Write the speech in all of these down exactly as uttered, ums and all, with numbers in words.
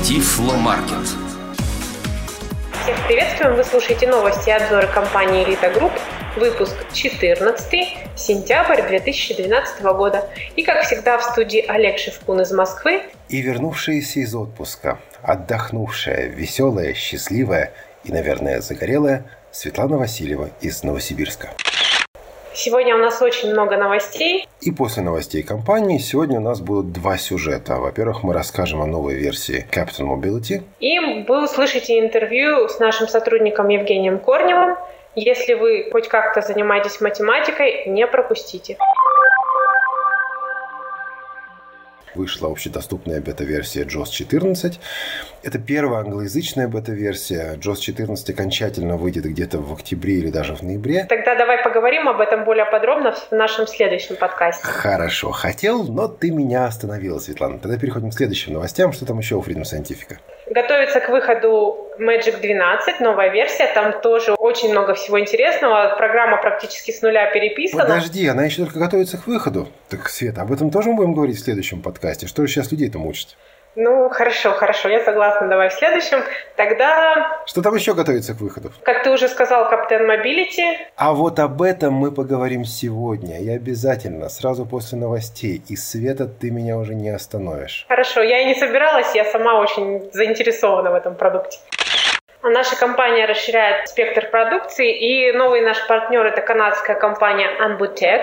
Тифломаркет. Всех приветствуем! Вы слушаете новости и обзоры компании «Элита Групп», выпуск четырнадцатый, сентябрь две тысячи двенадцатого года. И, как всегда, в студии Олег Шевкун из Москвы. И вернувшаяся из отпуска, отдохнувшая, веселая, счастливая и, наверное, загорелая Светлана Васильева из Новосибирска. Сегодня у нас очень много новостей. И после новостей компании сегодня у нас будут два сюжета. Во-первых, мы расскажем о новой версии Captain Mobility. И вы услышите интервью с нашим сотрудником Евгением Корневым. Если вы хоть как-то занимаетесь математикой, не пропустите. Вышла общедоступная бета-версия джоус четырнадцать. Это первая англоязычная бета-версия. джоус четырнадцать окончательно выйдет где-то в октябре или даже в ноябре. Тогда давай поговорим об этом более подробно в нашем следующем подкасте. Хорошо. Хотел, но ты меня остановила, Светлана. Тогда переходим к следующим новостям. Что там еще у Freedom Scientific? Готовится к выходу Magic двенадцать, новая версия. Там тоже очень много всего интересного. Программа практически с нуля переписана. Подожди, она еще только готовится к выходу. Так, Света, об этом тоже мы будем говорить в следующем подкасте. Что же сейчас людей-то мучить? Ну, хорошо, хорошо, я согласна, давай в следующем. Тогда... Что там еще готовится к выходу? Как ты уже сказал, Captain Mobility. А вот об этом мы поговорим сегодня. И обязательно, сразу после новостей. И, Света, ты меня уже не остановишь. Хорошо, я и не собиралась, я сама очень заинтересована в этом продукте. Наша компания расширяет спектр продукции, и новый наш партнер – это канадская компания Anbutech.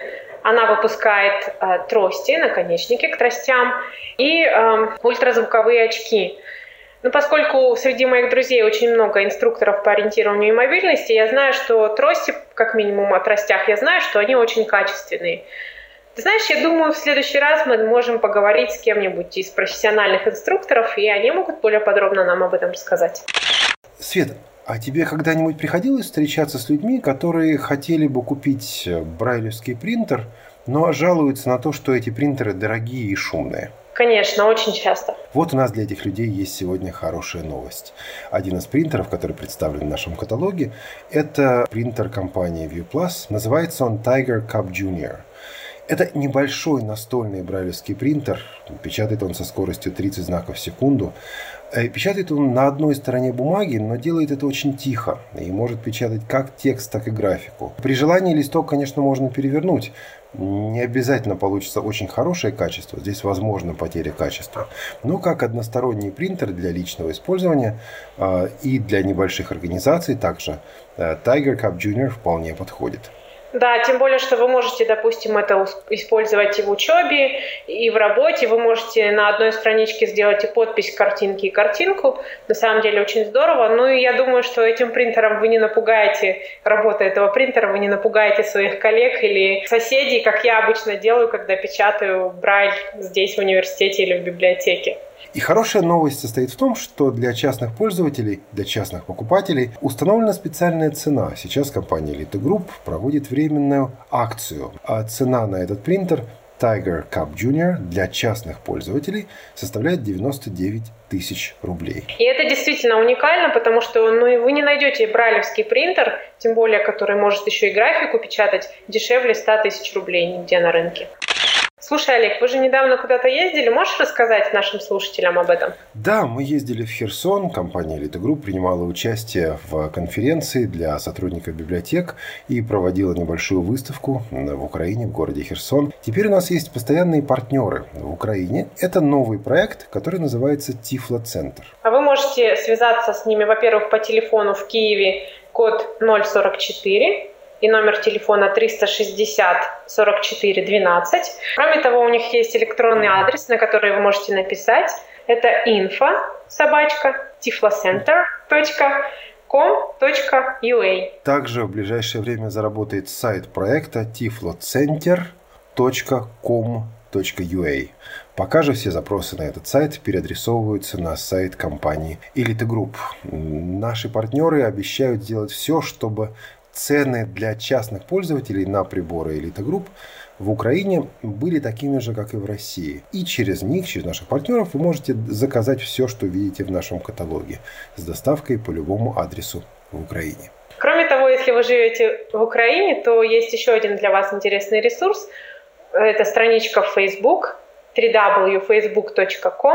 Она выпускает э, трости, наконечники к тростям и э, ультразвуковые очки. Но поскольку среди моих друзей очень много инструкторов по ориентированию и мобильности, я знаю, что трости, как минимум о тростях, я знаю, что они очень качественные. Ты знаешь, я думаю, в следующий раз мы можем поговорить с кем-нибудь из профессиональных инструкторов, и они могут более подробно нам об этом рассказать. Света, а тебе когда-нибудь приходилось встречаться с людьми, которые хотели бы купить брайлевский принтер, но жалуются на то, что эти принтеры дорогие и шумные? Конечно, очень часто. Вот у нас для этих людей есть сегодня хорошая новость. Один из принтеров, который представлен в нашем каталоге, это принтер компании ViewPlus. Называется он Tiger Cub Junior. Это небольшой настольный брайлевский принтер. Печатает он со скоростью тридцать знаков в секунду. Печатает он на одной стороне бумаги, но делает это очень тихо и может печатать как текст, так и графику. При желании листок, конечно, можно перевернуть. Не обязательно получится очень хорошее качество, здесь возможна потеря качества. Но как односторонний принтер для личного использования э, и для небольших организаций также э, Tiger Cub Junior вполне подходит. Да, тем более, что вы можете, допустим, это использовать и в учебе, и в работе. Вы можете на одной страничке сделать и подпись к картинке, и картинку. На самом деле очень здорово. Ну и я думаю, что этим принтером вы не напугаете, работа этого принтера, вы не напугаете своих коллег или соседей, как я обычно делаю, когда печатаю брайль здесь в университете или в библиотеке. И хорошая новость состоит в том, что для частных пользователей, для частных покупателей установлена специальная цена. Сейчас компания Elite Group проводит временную акцию. А цена на этот принтер Tiger Cub Junior для частных пользователей составляет девяносто девять тысяч рублей. И это действительно уникально, потому что ну, вы не найдете брайлевский принтер, тем более который может еще и графику печатать, дешевле ста тысяч рублей нигде на рынке. Слушай, Олег, вы же недавно куда-то ездили, можешь рассказать нашим слушателям об этом? Да, мы ездили в Херсон, компания Elite Group принимала участие в конференции для сотрудников библиотек и проводила небольшую выставку в Украине, в городе Херсон. Теперь у нас есть постоянные партнеры в Украине. Это новый проект, который называется Тифлоцентр. А вы можете связаться с ними, во-первых, по телефону в Киеве код ноль сорок четыре. И номер телефона триста шестьдесят сорок четыре двенадцать. Кроме того, у них есть электронный адрес, на который вы можете написать. Это info собачка tiflocenter точка com точка ua. Также в ближайшее время заработает сайт проекта tiflocenter точка com точка ua. Пока же все запросы на этот сайт переадресовываются на сайт компании Elite Group. Наши партнеры обещают сделать все, чтобы цены для частных пользователей на приборы Elite Group в Украине были такими же, как и в России. И через них, через наших партнеров, вы можете заказать все, что видите в нашем каталоге, с доставкой по любому адресу в Украине. Кроме того, если вы живете в Украине, то есть еще один для вас интересный ресурс. Это страничка в Facebook, дабл ю дабл ю дабл ю точка facebook точка com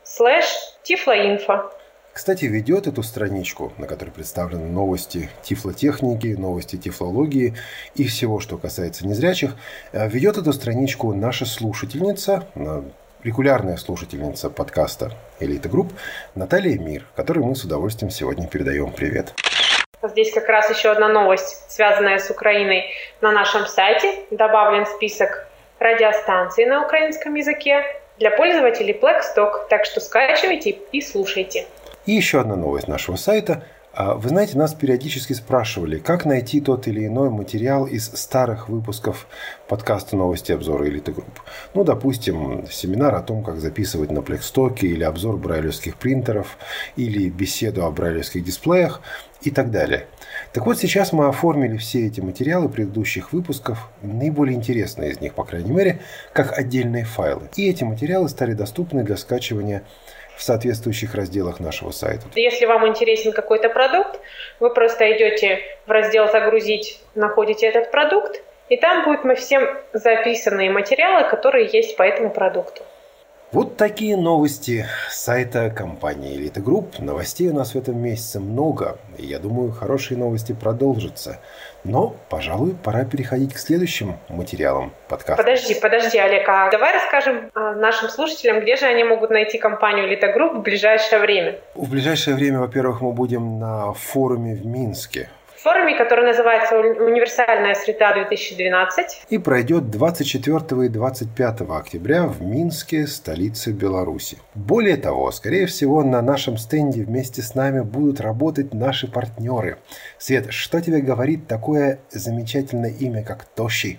слэш тифлоинфо. Кстати, ведет эту страничку, на которой представлены новости тифлотехники, новости тифлологии и всего, что касается незрячих, ведет эту страничку наша слушательница, регулярная слушательница подкаста «Элита Групп» Наталья Мир, которой мы с удовольствием сегодня передаем привет. Здесь как раз еще одна новость, связанная с Украиной. На нашем сайте добавлен список радиостанций на украинском языке для пользователей Blackstock, так что скачивайте и слушайте. И еще одна новость нашего сайта. Вы знаете, нас периодически спрашивали, как найти тот или иной материал из старых выпусков подкаста «Новости обзора Элиты Групп». Ну, допустим, семинар о том, как записывать на Blackstock, или обзор брайлевских принтеров, или беседу о брайлевских дисплеях и так далее. Так вот, сейчас мы оформили все эти материалы предыдущих выпусков, наиболее интересные из них, по крайней мере, как отдельные файлы. И эти материалы стали доступны для скачивания в соответствующих разделах нашего сайта. Если вам интересен какой-то продукт, вы просто идете в раздел «Загрузить», находите этот продукт, и там будут все записанные материалы, которые есть по этому продукту. Вот такие новости сайта компании «Элита Групп». Новостей у нас в этом месяце много, и я думаю, хорошие новости продолжатся. Но, пожалуй, пора переходить к следующим материалам подкаста. Подожди, подожди, Олег, а давай расскажем нашим слушателям, где же они могут найти компанию «Элита Групп» в ближайшее время. В ближайшее время, во-первых, мы будем на форуме в Минске. В форуме, который называется «Универсальная среда две тысячи двенадцать». И пройдет двадцать четвёртого и двадцать пятого октября в Минске, столице Беларуси. Более того, скорее всего, на нашем стенде вместе с нами будут работать наши партнеры. Свет, что тебе говорит такое замечательное имя, как Тоши?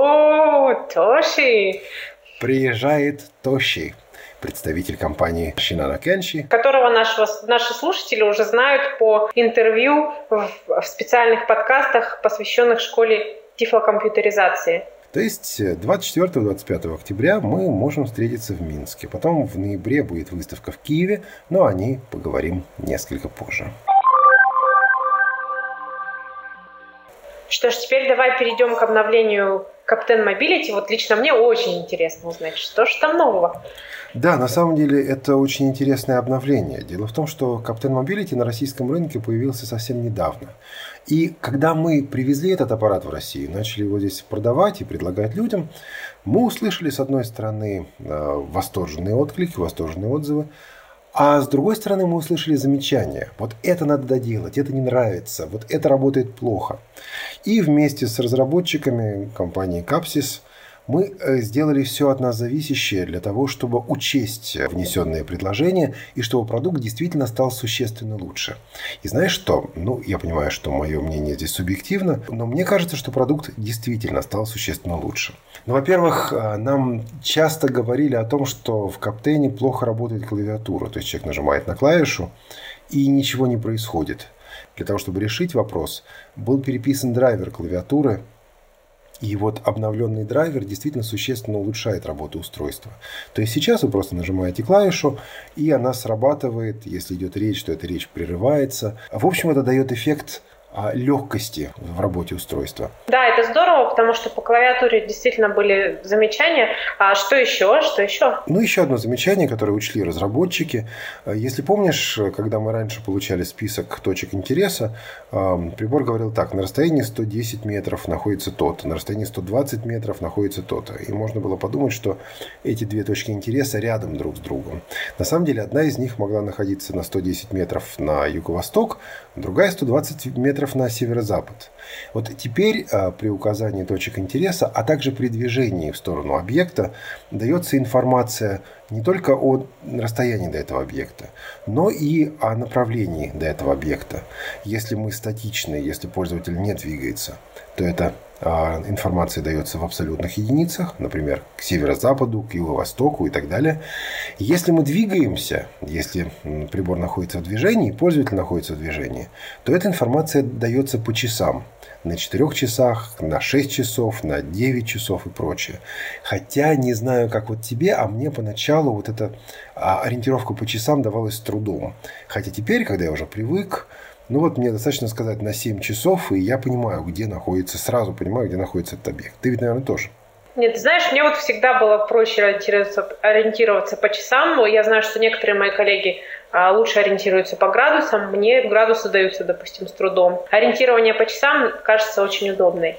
О, Тоши! Приезжает Тоши, представитель компании Shinano Kenshi, которого нашего, наши слушатели уже знают по интервью в, в специальных подкастах, посвященных школе тифлокомпьютеризации. То есть двадцать четвёртого - двадцать пятого октября мы можем встретиться в Минске. Потом в ноябре будет выставка в Киеве, но о ней поговорим несколько позже. Что ж, теперь давай перейдем к обновлению Captain Mobility. Вот лично мне очень интересно узнать, что же там нового. Да, на самом деле это очень интересное обновление. Дело в том, что Captain Mobility на российском рынке появился совсем недавно. И когда мы привезли этот аппарат в Россию, начали его здесь продавать и предлагать людям, мы услышали, с одной стороны, восторженные отклики, восторженные отзывы, а с другой стороны мы услышали замечания. Вот это надо доделать, это не нравится, вот это работает плохо. И вместе с разработчиками компании Capsys мы сделали все от нас зависящее для того, чтобы учесть внесенные предложения и чтобы продукт действительно стал существенно лучше. И знаешь что? Ну, я понимаю, что мое мнение здесь субъективно, но мне кажется, что продукт действительно стал существенно лучше. Ну, во-первых, нам часто говорили о том, что в Captain плохо работает клавиатура. То есть человек нажимает на клавишу и ничего не происходит. Для того, чтобы решить вопрос, был переписан драйвер клавиатуры. И вот обновленный драйвер действительно существенно улучшает работу устройства. То есть сейчас вы просто нажимаете клавишу, и она срабатывает. Если идет речь, то эта речь прерывается. В общем, это дает эффект легкости в работе устройства. Да, это здорово, потому что по клавиатуре действительно были замечания. А что еще? Что еще? Ну, еще одно замечание, которое учли разработчики. Если помнишь, когда мы раньше получали список точек интереса, прибор говорил так: на расстоянии сто десять метров находится то-то, на расстоянии сто двадцать метров находится то-то. И можно было подумать, что эти две точки интереса рядом друг с другом. На самом деле, одна из них могла находиться на сто десять метров на юго-восток, другая сто двадцать метров на северо-запад. Вот теперь при указании точек интереса, а также при движении в сторону объекта дается информация не только о расстоянии до этого объекта, но и о направлении до этого объекта. Если мы статичны, если пользователь не двигается, то эта информация дается в абсолютных единицах, например, к северо-западу, к юго-востоку и так далее. Если мы двигаемся, если прибор находится в движении, пользователь находится в движении, то эта информация дается по часам. На четырёх часах, на шесть часов, на девять часов и прочее. Хотя не знаю, как вот тебе, а мне поначалу вот эта ориентировка по часам давалась с трудом. Хотя теперь, когда я уже привык, ну вот мне достаточно сказать на семь часов, и я понимаю, где находится, сразу понимаю, где находится этот объект. Ты ведь, наверное, тоже. Нет, знаешь, мне вот всегда было проще ориентироваться, ориентироваться по часам, но я знаю, что некоторые мои коллеги а, лучше ориентируются по градусам, мне градусы даются, допустим, с трудом. Ориентирование по часам кажется очень удобной.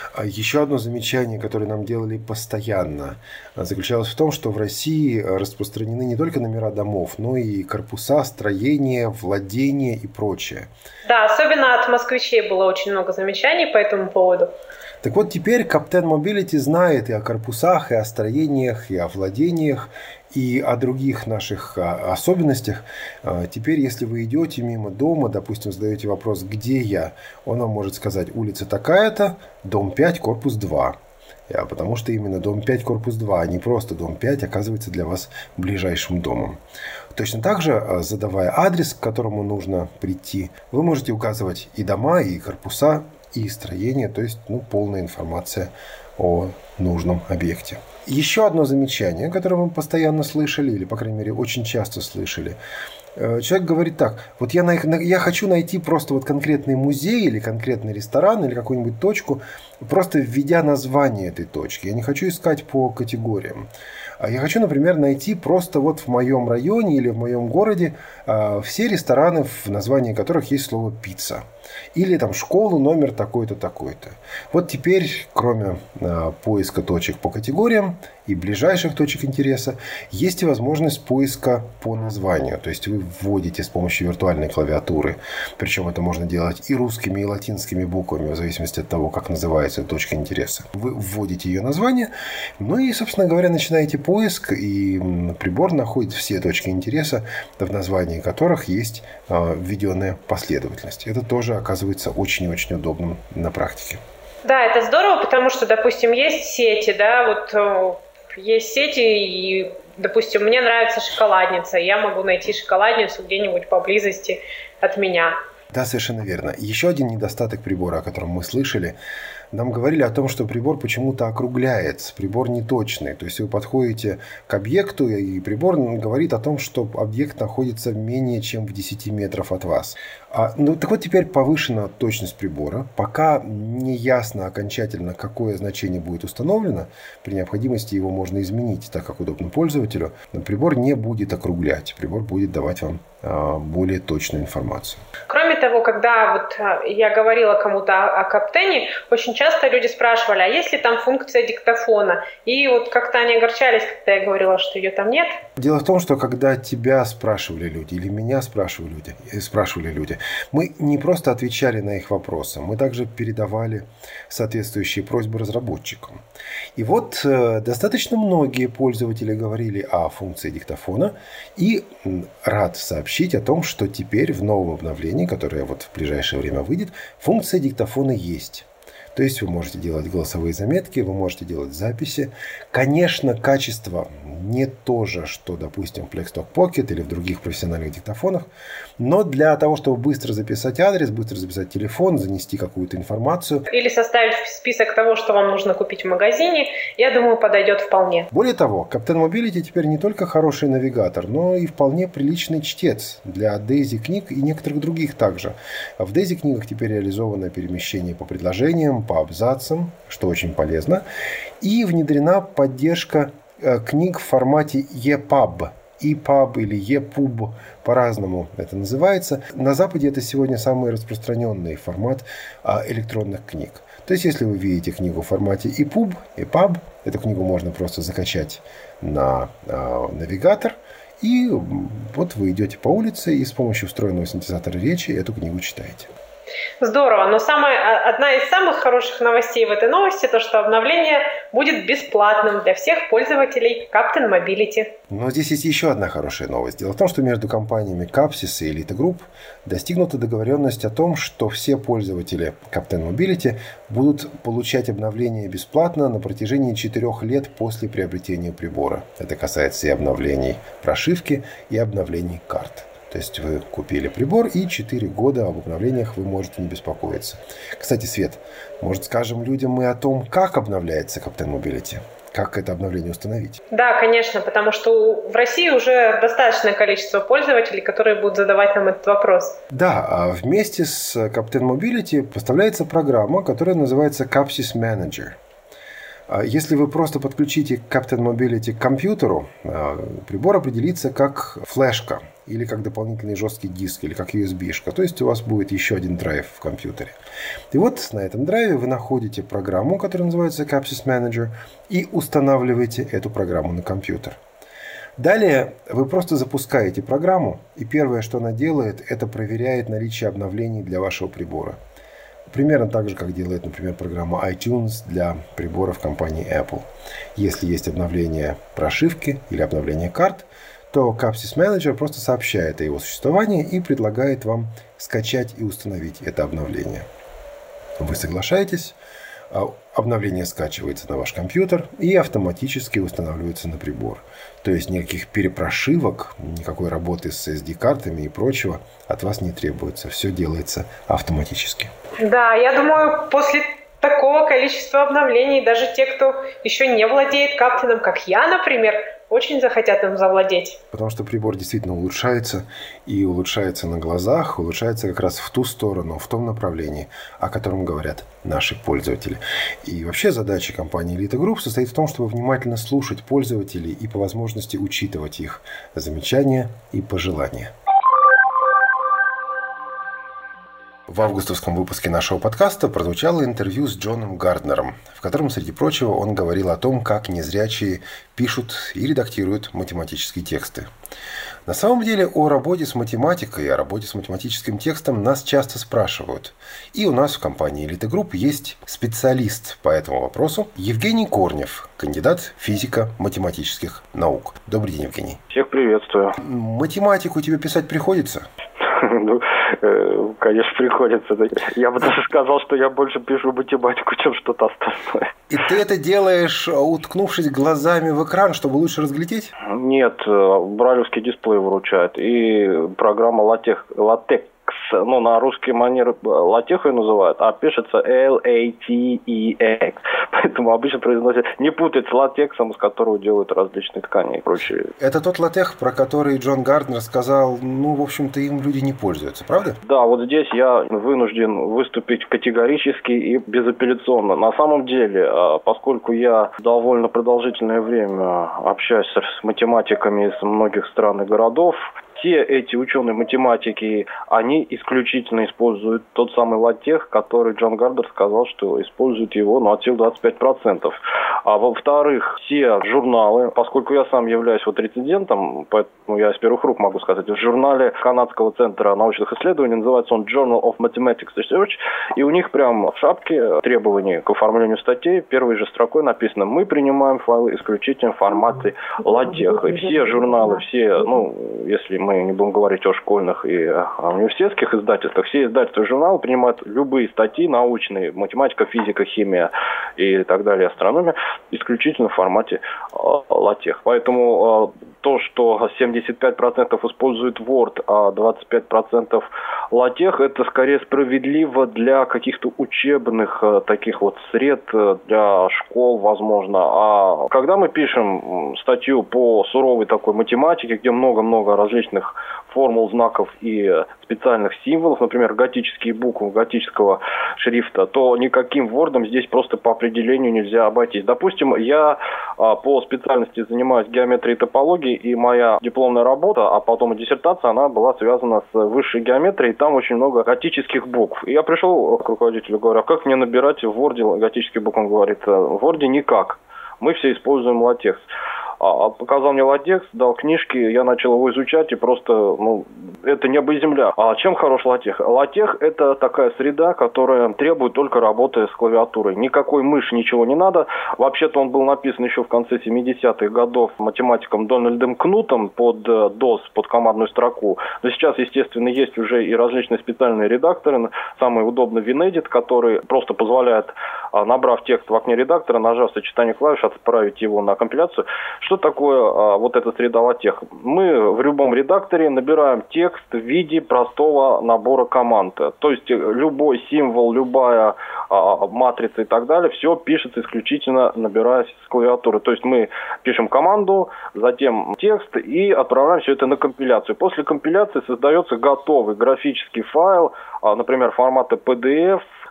Еще одно замечание, которое нам делали постоянно, заключалось в том, что в России распространены не только номера домов, но и корпуса, строения, владения и прочее. Да, особенно от москвичей было очень много замечаний по этому поводу. Так вот, теперь Captain Mobility знает и о корпусах, и о строениях, и о владениях, и о других наших особенностях. Теперь, если вы идете мимо дома, допустим, задаете вопрос «Где я?», он вам может сказать «Улица такая-то, дом пять, корпус два». Потому что именно дом пять, корпус два, а не просто дом пять, оказывается для вас ближайшим домом. Точно так же, задавая адрес, к которому нужно прийти, вы можете указывать и дома, и корпуса, и строение, то есть ну, полная информация о нужном объекте. Еще одно замечание, которое мы постоянно слышали, или, по крайней мере, очень часто слышали. Человек говорит так: вот я, на, я хочу найти просто вот конкретный музей или конкретный ресторан или какую-нибудь точку, просто введя название этой точки. Я не хочу искать по категориям. Я хочу, например, найти просто вот в моем районе или в моем городе все рестораны, в названии которых есть слово «пицца». Или там школу номер такой-то, такой-то. Вот теперь, кроме э, поиска точек по категориям и ближайших точек интереса, есть и возможность поиска по названию. То есть вы вводите с помощью виртуальной клавиатуры. Причем это можно делать и русскими, и латинскими буквами, в зависимости от того, как называется точка интереса. Вы вводите ее название, ну и, собственно говоря, начинаете поиск, и прибор находит все точки интереса, в названии которых есть э, введенная последовательность. Это тоже оказывается очень и очень удобным на практике. Да, это здорово, потому что, допустим, есть сети, да, вот есть сети, и, допустим, мне нравится шоколадница, я могу найти шоколадницу где-нибудь поблизости от меня. Да, совершенно верно. Еще один недостаток прибора, о котором мы слышали, нам говорили о том, что прибор почему-то округляется, прибор неточный. То есть вы подходите к объекту, и прибор говорит о том, что объект находится менее чем в десяти метрах от вас. А, ну, так вот теперь повышена точность прибора. Пока не ясно окончательно, какое значение будет установлено. При необходимости его можно изменить, так как удобно пользователю. Но прибор не будет округлять, прибор будет давать вам а, более точную информацию. Кроме того, когда вот я говорила кому-то о, о Каптене, очень часто люди спрашивали, а есть ли там функция диктофона? И вот как-то они огорчались, когда я говорила, что ее там нет. Дело в том, что когда тебя спрашивали люди, или меня спрашивали люди, спрашивали люди, мы не просто отвечали на их вопросы, мы также передавали соответствующие просьбы разработчикам. И вот э, достаточно многие пользователи говорили о функции диктофона, и рад сообщить о том, что теперь в новом обновлении, которое вот в ближайшее время выйдет, функция диктофона есть. То есть вы можете делать голосовые заметки, вы можете делать записи. Конечно, качество не то же, что, допустим, в Plextalk Pocket или в других профессиональных диктофонах. Но для того, чтобы быстро записать адрес, быстро записать телефон, занести какую-то информацию. Или составить список того, что вам нужно купить в магазине, я думаю, подойдет вполне. Более того, Captain Mobility теперь не только хороший навигатор, но и вполне приличный чтец для Daisy книг и некоторых других также. В Daisy книгах теперь реализовано перемещение по предложениям, по абзацам, что очень полезно. И внедрена поддержка книг в формате и паб. и паб или и пуб, по-разному это называется. На Западе это сегодня самый распространенный формат электронных книг. То есть, если вы видите книгу в формате и пуб, и паб, эту книгу можно просто закачать на навигатор, и вот вы идете по улице и с помощью встроенного синтезатора речи эту книгу читаете. Здорово, но самая, одна из самых хороших новостей в этой новости, то что обновление будет бесплатным для всех пользователей Captain Mobility. Но здесь есть еще одна хорошая новость. Дело в том, что между компаниями Capsys и Elite Group достигнута договоренность о том, что все пользователи Captain Mobility будут получать обновления бесплатно на протяжении четырех лет после приобретения прибора. Это касается и обновлений прошивки, и обновлений карт. То есть вы купили прибор, и четыре года об обновлениях вы можете не беспокоиться. Кстати, Свет, может, скажем людям и о том, как обновляется Captain Mobility? Как это обновление установить? Да, конечно, потому что в России уже достаточное количество пользователей, которые будут задавать нам этот вопрос. Да, а вместе с Captain Mobility поставляется программа, которая называется Capsys Manager. Если вы просто подключите Captain Mobility к компьютеру, прибор определится как флешка или как дополнительный жесткий диск, или как ю эс би-шка. То есть у вас будет еще один драйв в компьютере. И вот на этом драйве вы находите программу, которая называется Capsys Manager, и устанавливаете эту программу на компьютер. Далее вы просто запускаете программу, и первое, что она делает, это проверяет наличие обновлений для вашего прибора. Примерно так же, как делает, например, программа iTunes для приборов компании Apple. Если есть обновление прошивки или обновление карт, то Capsys Manager просто сообщает о его существовании и предлагает вам скачать и установить это обновление. Вы соглашаетесь, обновление скачивается на ваш компьютер и автоматически устанавливается на прибор. То есть никаких перепрошивок, никакой работы с эс ди-картами и прочего от вас не требуется. Все делается автоматически. Да, я думаю, после такого количества обновлений даже те, кто еще не владеет Каптином, как я, например, очень захотят им завладеть. Потому что прибор действительно улучшается, и улучшается на глазах, улучшается как раз в ту сторону, в том направлении, о котором говорят наши пользователи. И вообще задача компании Elite Group состоит в том, чтобы внимательно слушать пользователей и по возможности учитывать их замечания и пожелания. В августовском выпуске нашего подкаста прозвучало интервью с Джоном Гарднером, в котором, среди прочего, он говорил о том, как незрячие пишут и редактируют математические тексты. На самом деле о работе с математикой и о работе с математическим текстом нас часто спрашивают. И у нас в компании Elite Group есть специалист по этому вопросу Евгений Корнев, кандидат физико-математических наук. Добрый день, Евгений. Всех приветствую. Математику тебе писать приходится? Ну, конечно, приходится. Я бы даже сказал, что я больше пишу математику, чем что-то остальное. И ты это делаешь, уткнувшись глазами в экран, чтобы лучше разглядеть? Нет, брайлевский дисплей выручает. И программа LaTeX, LaTeX, ну, на русский манер LaTeX ее называют, а пишется эл эй ти и экс. Поэтому обычно произносят, не путать с латексом, из которого делают различные ткани и прочее. Это тот латекс, про который Джон Гарднер сказал, ну, в общем-то, им люди не пользуются, правда? Да, вот здесь я вынужден выступить категорически и безапелляционно. На самом деле, поскольку я довольно продолжительное время общаюсь с математиками из многих стран и городов, все эти ученые-математики, они исключительно используют тот самый LaTeX, который Джон Гарднер сказал, что используют его, ну, от сил двадцать пять процентов. А во-вторых, все журналы, поскольку я сам являюсь вот рецензентом, поэтому я из первых рук могу сказать, в журнале Канадского центра научных исследований, называется он Journal of Mathematics Research, и у них прямо в шапке требований к оформлению статей первой же строкой написано: мы принимаем файлы исключительно в формате LaTeX. И все журналы, все, ну, если мы мы не будем говорить о школьных и университетских издательствах, все издательства и журналы принимают любые статьи научные, математика, физика, химия и так далее, астрономия, исключительно в формате LaTeX. Поэтому то, что семьдесят пять процентов используют Word, а двадцать пять процентов LaTeX, это скорее справедливо для каких-то учебных таких вот сред, для школ, возможно. А когда мы пишем статью по суровой такой математике, где много-много различных формул, знаков и специальных символов, например, готические буквы готического шрифта, то никаким Word'ом здесь просто по определению нельзя обойтись. Допустим, я а, по специальности занимаюсь геометрией и топологией, и моя дипломная работа, а потом и диссертация, она была связана с высшей геометрией, и там очень много готических букв. И я пришел к руководителю, говорю: а как мне набирать в Word'е готические буквы? Он говорит: в Word'е никак, мы все используем LaTeX. Показал мне LaTeX, дал книжки, я начал его изучать, и просто, ну, это небо и земля. А чем хорош LaTeX? LaTeX – это такая среда, которая требует только работы с клавиатурой. Никакой мыши, ничего не надо. Вообще-то он был написан еще в конце семидесятых годов математиком Дональдом Кнутом под дос, под командную строку. Но сейчас, естественно, есть уже и различные специальные редакторы. Самый удобный WinEdit, который просто позволяет, набрав текст в окне редактора, нажав сочетание клавиш, отправить его на компиляцию. Что такое а, вот эта среда LaTeX? Мы в любом редакторе набираем текст в виде простого набора команд. То есть любой символ, любая а, матрица и так далее, все пишется исключительно набираясь с клавиатуры. То есть мы пишем команду, затем текст и отправляем все это на компиляцию. После компиляции создается готовый графический файл, а, например, формата пи ди эф,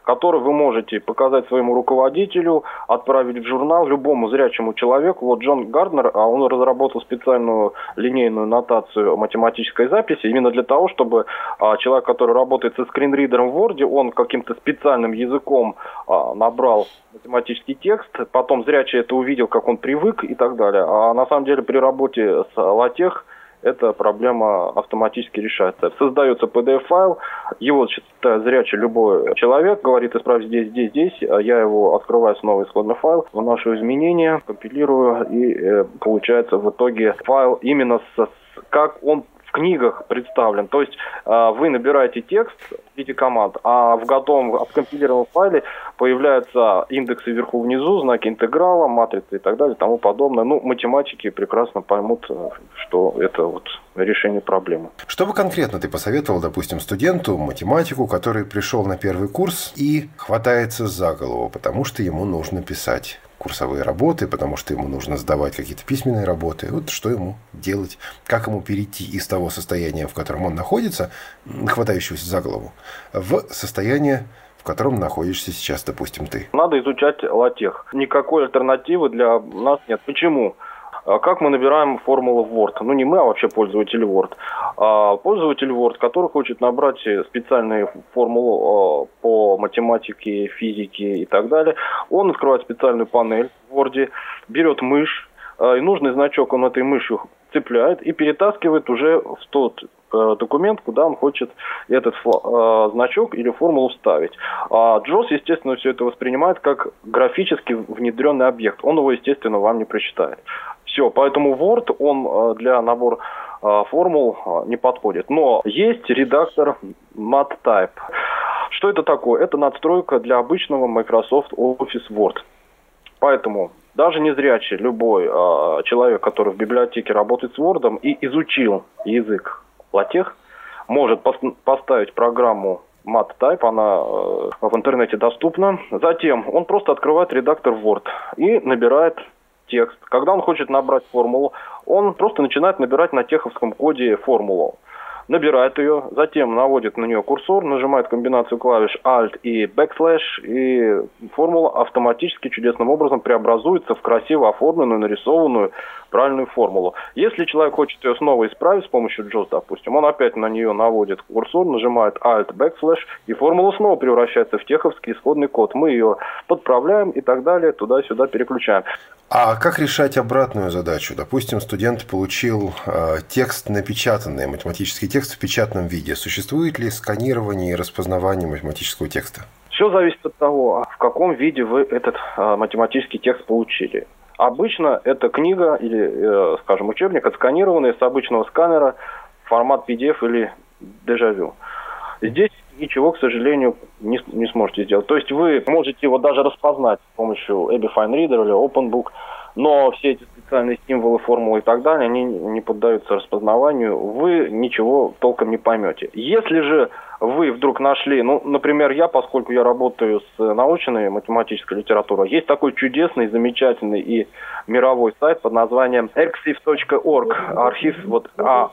который вы можете показать своему руководителю, отправить в журнал любому зрячему человеку. Вот Джон Гарднер, он разработал специальную линейную нотацию математической записи именно для того, чтобы человек, который работает со скринридером в Word, он каким-то специальным языком набрал математический текст, потом зрячий это увидел, как он привык и так далее. А на самом деле при работе с LaTeX эта проблема автоматически решается. Создается пи ди эф-файл, его читает зрячий любой человек, говорит, исправь здесь, здесь, здесь, я его открываю снова исходный файл, вношу изменения, компилирую, и э, получается в итоге файл именно с, как он в книгах представлен. То есть э, вы набираете текст в виде команд, а в готовом откомпилированном файле появляются индексы вверху-внизу, знаки интеграла, матрицы и так далее, и тому подобное. Ну, математики прекрасно поймут, что это вот решение проблемы. Что бы конкретно ты посоветовал, допустим, студенту, математику, который пришел на первый курс и хватается за голову, потому что ему нужно писать курсовые работы, потому что ему нужно сдавать какие-то письменные работы. Вот что ему делать, как ему перейти из того состояния, в котором он находится, хватающегося за голову, в состояние, в котором находишься сейчас, допустим, ты. Надо изучать LaTeX. Никакой альтернативы для нас нет. Почему? Как мы набираем формулы в Word? Ну, не мы, а вообще пользователь Word. А пользователь Word, который хочет набрать специальные формулы по математике, физике и так далее, он открывает специальную панель в Word, берет мышь, и нужный значок он этой мышью цепляет и перетаскивает уже в тот документ, куда он хочет этот э, значок или формулу вставить. А джоус, естественно, все это воспринимает как графически внедренный объект. Он его, естественно, вам не прочитает. Все, поэтому Word, он э, для набора э, формул э, не подходит. Но есть редактор MathType. Что это такое? Это надстройка для обычного Microsoft Office Word. Поэтому даже незрячий, любой э, человек, который в библиотеке работает с Word и изучил язык LaTeX, может поставить программу MathType, она э, в интернете доступна. Затем он просто открывает редактор Word и набирает текст. Когда он хочет набрать формулу, он просто начинает набирать на теховском коде формулу. Набирает ее, затем наводит на нее курсор, нажимает комбинацию клавиш Alt и Backslash, и формула автоматически чудесным образом преобразуется в красиво оформленную, нарисованную правильную формулу. Если человек хочет ее снова исправить с помощью джоус, допустим, он опять на нее наводит курсор, нажимает Alt, Backslash, и формула снова превращается в теховский исходный код. Мы ее подправляем и так далее, туда-сюда переключаем. А как решать обратную задачу? Допустим, студент получил э, текст напечатанный, математический текст в печатном виде. Существует ли сканирование и распознавание математического текста? Все зависит от того, в каком виде вы этот э, математический текст получили. Обычно это книга или, э, скажем, учебник, отсканированный с обычного сканера, формат пи ди эф или дежавю. Здесь ничего, к сожалению, не, не сможете сделать. То есть вы можете его даже распознать с помощью Abby Fine Reader или OpenBook, но все эти специальные символы, формулы и так далее, они не поддаются распознаванию, вы ничего толком не поймете. Если же вы вдруг нашли, ну, например, я, поскольку я работаю с научной математической литературой, есть такой чудесный, замечательный и мировой сайт под названием arxiv точка org, архив, вот A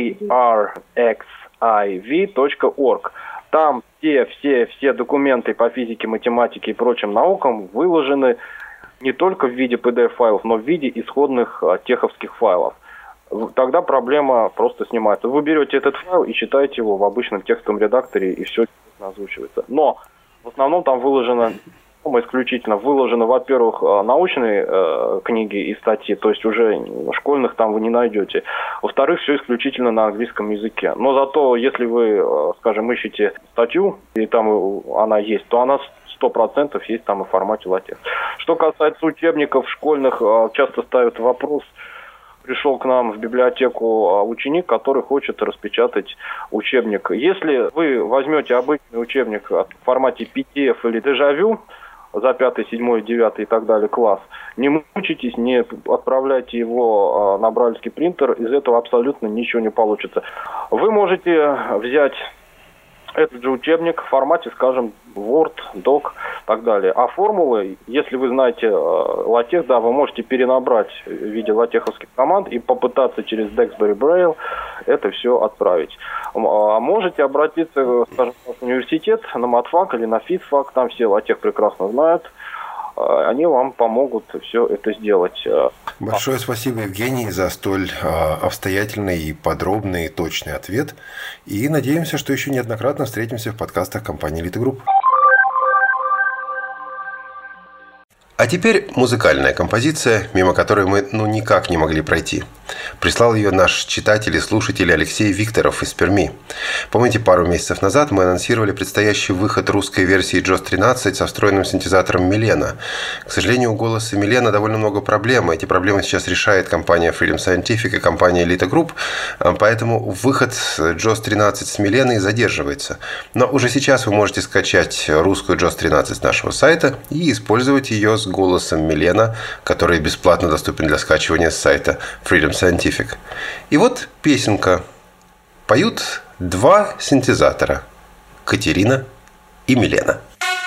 R X I V точка org. Там все, все, все документы по физике, математике и прочим наукам выложены не только в виде пи ди эф-файлов, но в виде исходных а, теховских файлов. Тогда проблема просто снимается. Вы берете этот файл и читаете его в обычном текстовом редакторе, и все озвучивается. Но в основном там выложено, исключительно выложены, во-первых, научные э, книги и статьи, то есть уже школьных там вы не найдете. Во-вторых, все исключительно на английском языке. Но зато, если вы, скажем, ищете статью, и там она есть, то она сто процентов есть там и в формате LaTeX. Что касается учебников школьных, часто ставят вопрос. Пришел к нам в библиотеку ученик, который хочет распечатать учебник. Если вы возьмете обычный учебник в формате пи ди эф или дежавю за пятый, седьмой, девятый и так далее класс, не мучитесь, не отправляйте его на брайлевский принтер, из этого абсолютно ничего не получится. Вы можете взять этот же учебник в формате, скажем, Word, Doc и так далее. А формулы, если вы знаете LaTeX, да, вы можете перенабрать в виде латеховских команд и попытаться через Dexbury Braille это все отправить. А можете обратиться, скажем, в университет, на матфак или на физфак, там все LaTeX прекрасно знают. Они вам помогут все это сделать. Большое спасибо, Евгений, за столь обстоятельный и подробный и точный ответ. И надеемся, что еще неоднократно встретимся в подкастах компании Elite Group. А теперь музыкальная композиция, мимо которой мы ну никак не могли пройти. Прислал ее наш читатель и слушатель Алексей Викторов из Перми. Помните, пару месяцев назад мы анонсировали предстоящий выход русской версии джос тринадцать со встроенным синтезатором Milena. К сожалению, у голоса Milena довольно много проблем. Эти проблемы сейчас решает компания Freedom Scientific и компания Elite Group, поэтому выход джос тринадцать с Milena задерживается. Но уже сейчас вы можете скачать русскую джос тринадцать с нашего сайта и использовать ее с голосом Milena, который бесплатно доступен для скачивания с сайта Freedom Scientific. И вот песенка. Поют два синтезатора. Катерина и Milena.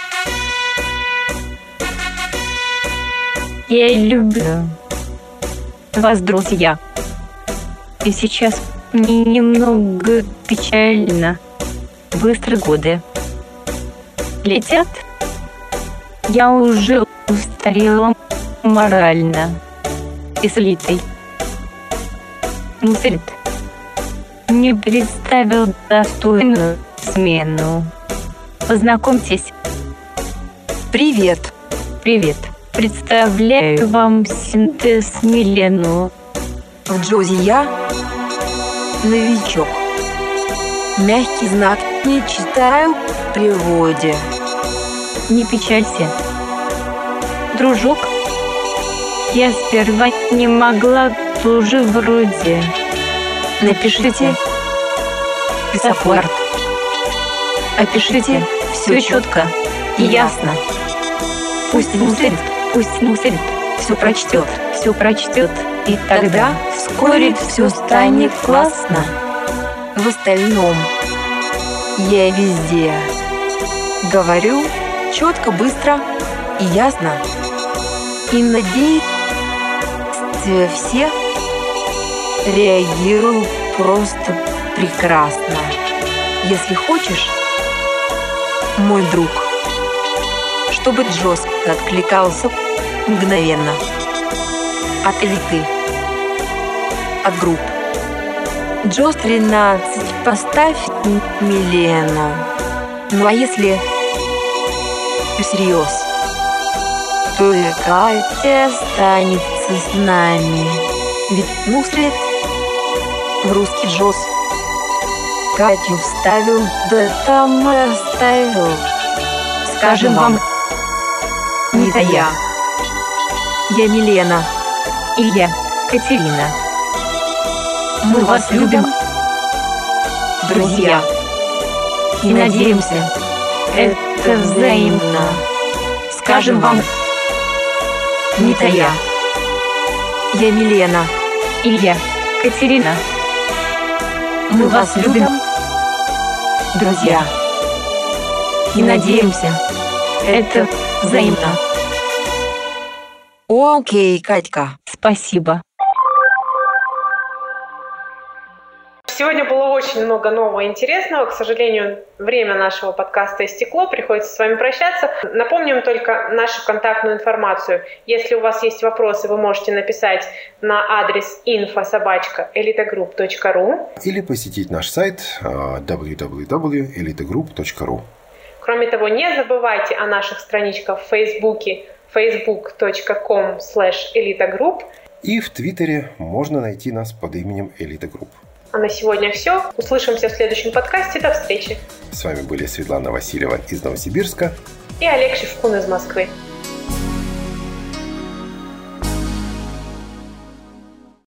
Я люблю вас, друзья. И сейчас мне немного печально. Быстро годы летят. Я уже устарела морально и слитой. Мусорит не представил достойную смену. Познакомьтесь. Привет. Привет. Представляю вам синтез Mileну. В джозе я новичок. Мягкий знак не читаю в переводе. Не печалься, дружок. Я сперва не могла, тоже вроде. Напишите саппорт. Опишите все четко и ясно. Пусть мусорит, пусть мусорит, все прочтет, все прочтет. И тогда вскоре все станет классно. В остальном я везде говорю четко, быстро и ясно. И надеюсь, все реагируют просто прекрасно. Если хочешь, мой друг, чтобы джоз откликался мгновенно от элиты, от групп. джоз тринадцать поставь Mileну. Ну а если всерьез, то и Катя останется с нами. Ведь мусорит в русский джоз. Катю вставил, да там и оставил. Скажем вам, не это я. Я Milena. И я Катерина. Мы вас любим, друзья. И надеемся, это взаимно. Скажем вам, не это я. Я Milena. И я Катерина. Мы вас любим, друзья. И надеемся, это взаимно. Окей, Катька. Спасибо. Сегодня было очень много нового и интересного. К сожалению, время нашего подкаста истекло. Приходится с вами прощаться. Напомним только нашу контактную информацию. Если у вас есть вопросы, вы можете написать на адрес инфо собака элитагрупп точка ру или посетить наш сайт дабл ю дабл ю дабл ю точка элитагрупп точка ру. Кроме того, не забывайте о наших страничках в Фейсбуке фейсбук точка ком слэш элитагрупп. И в Твиттере можно найти нас под именем Elite Group. А на сегодня все. Услышимся в следующем подкасте. До встречи. С вами были Светлана Васильева из Новосибирска и Олег Шевкун из Москвы.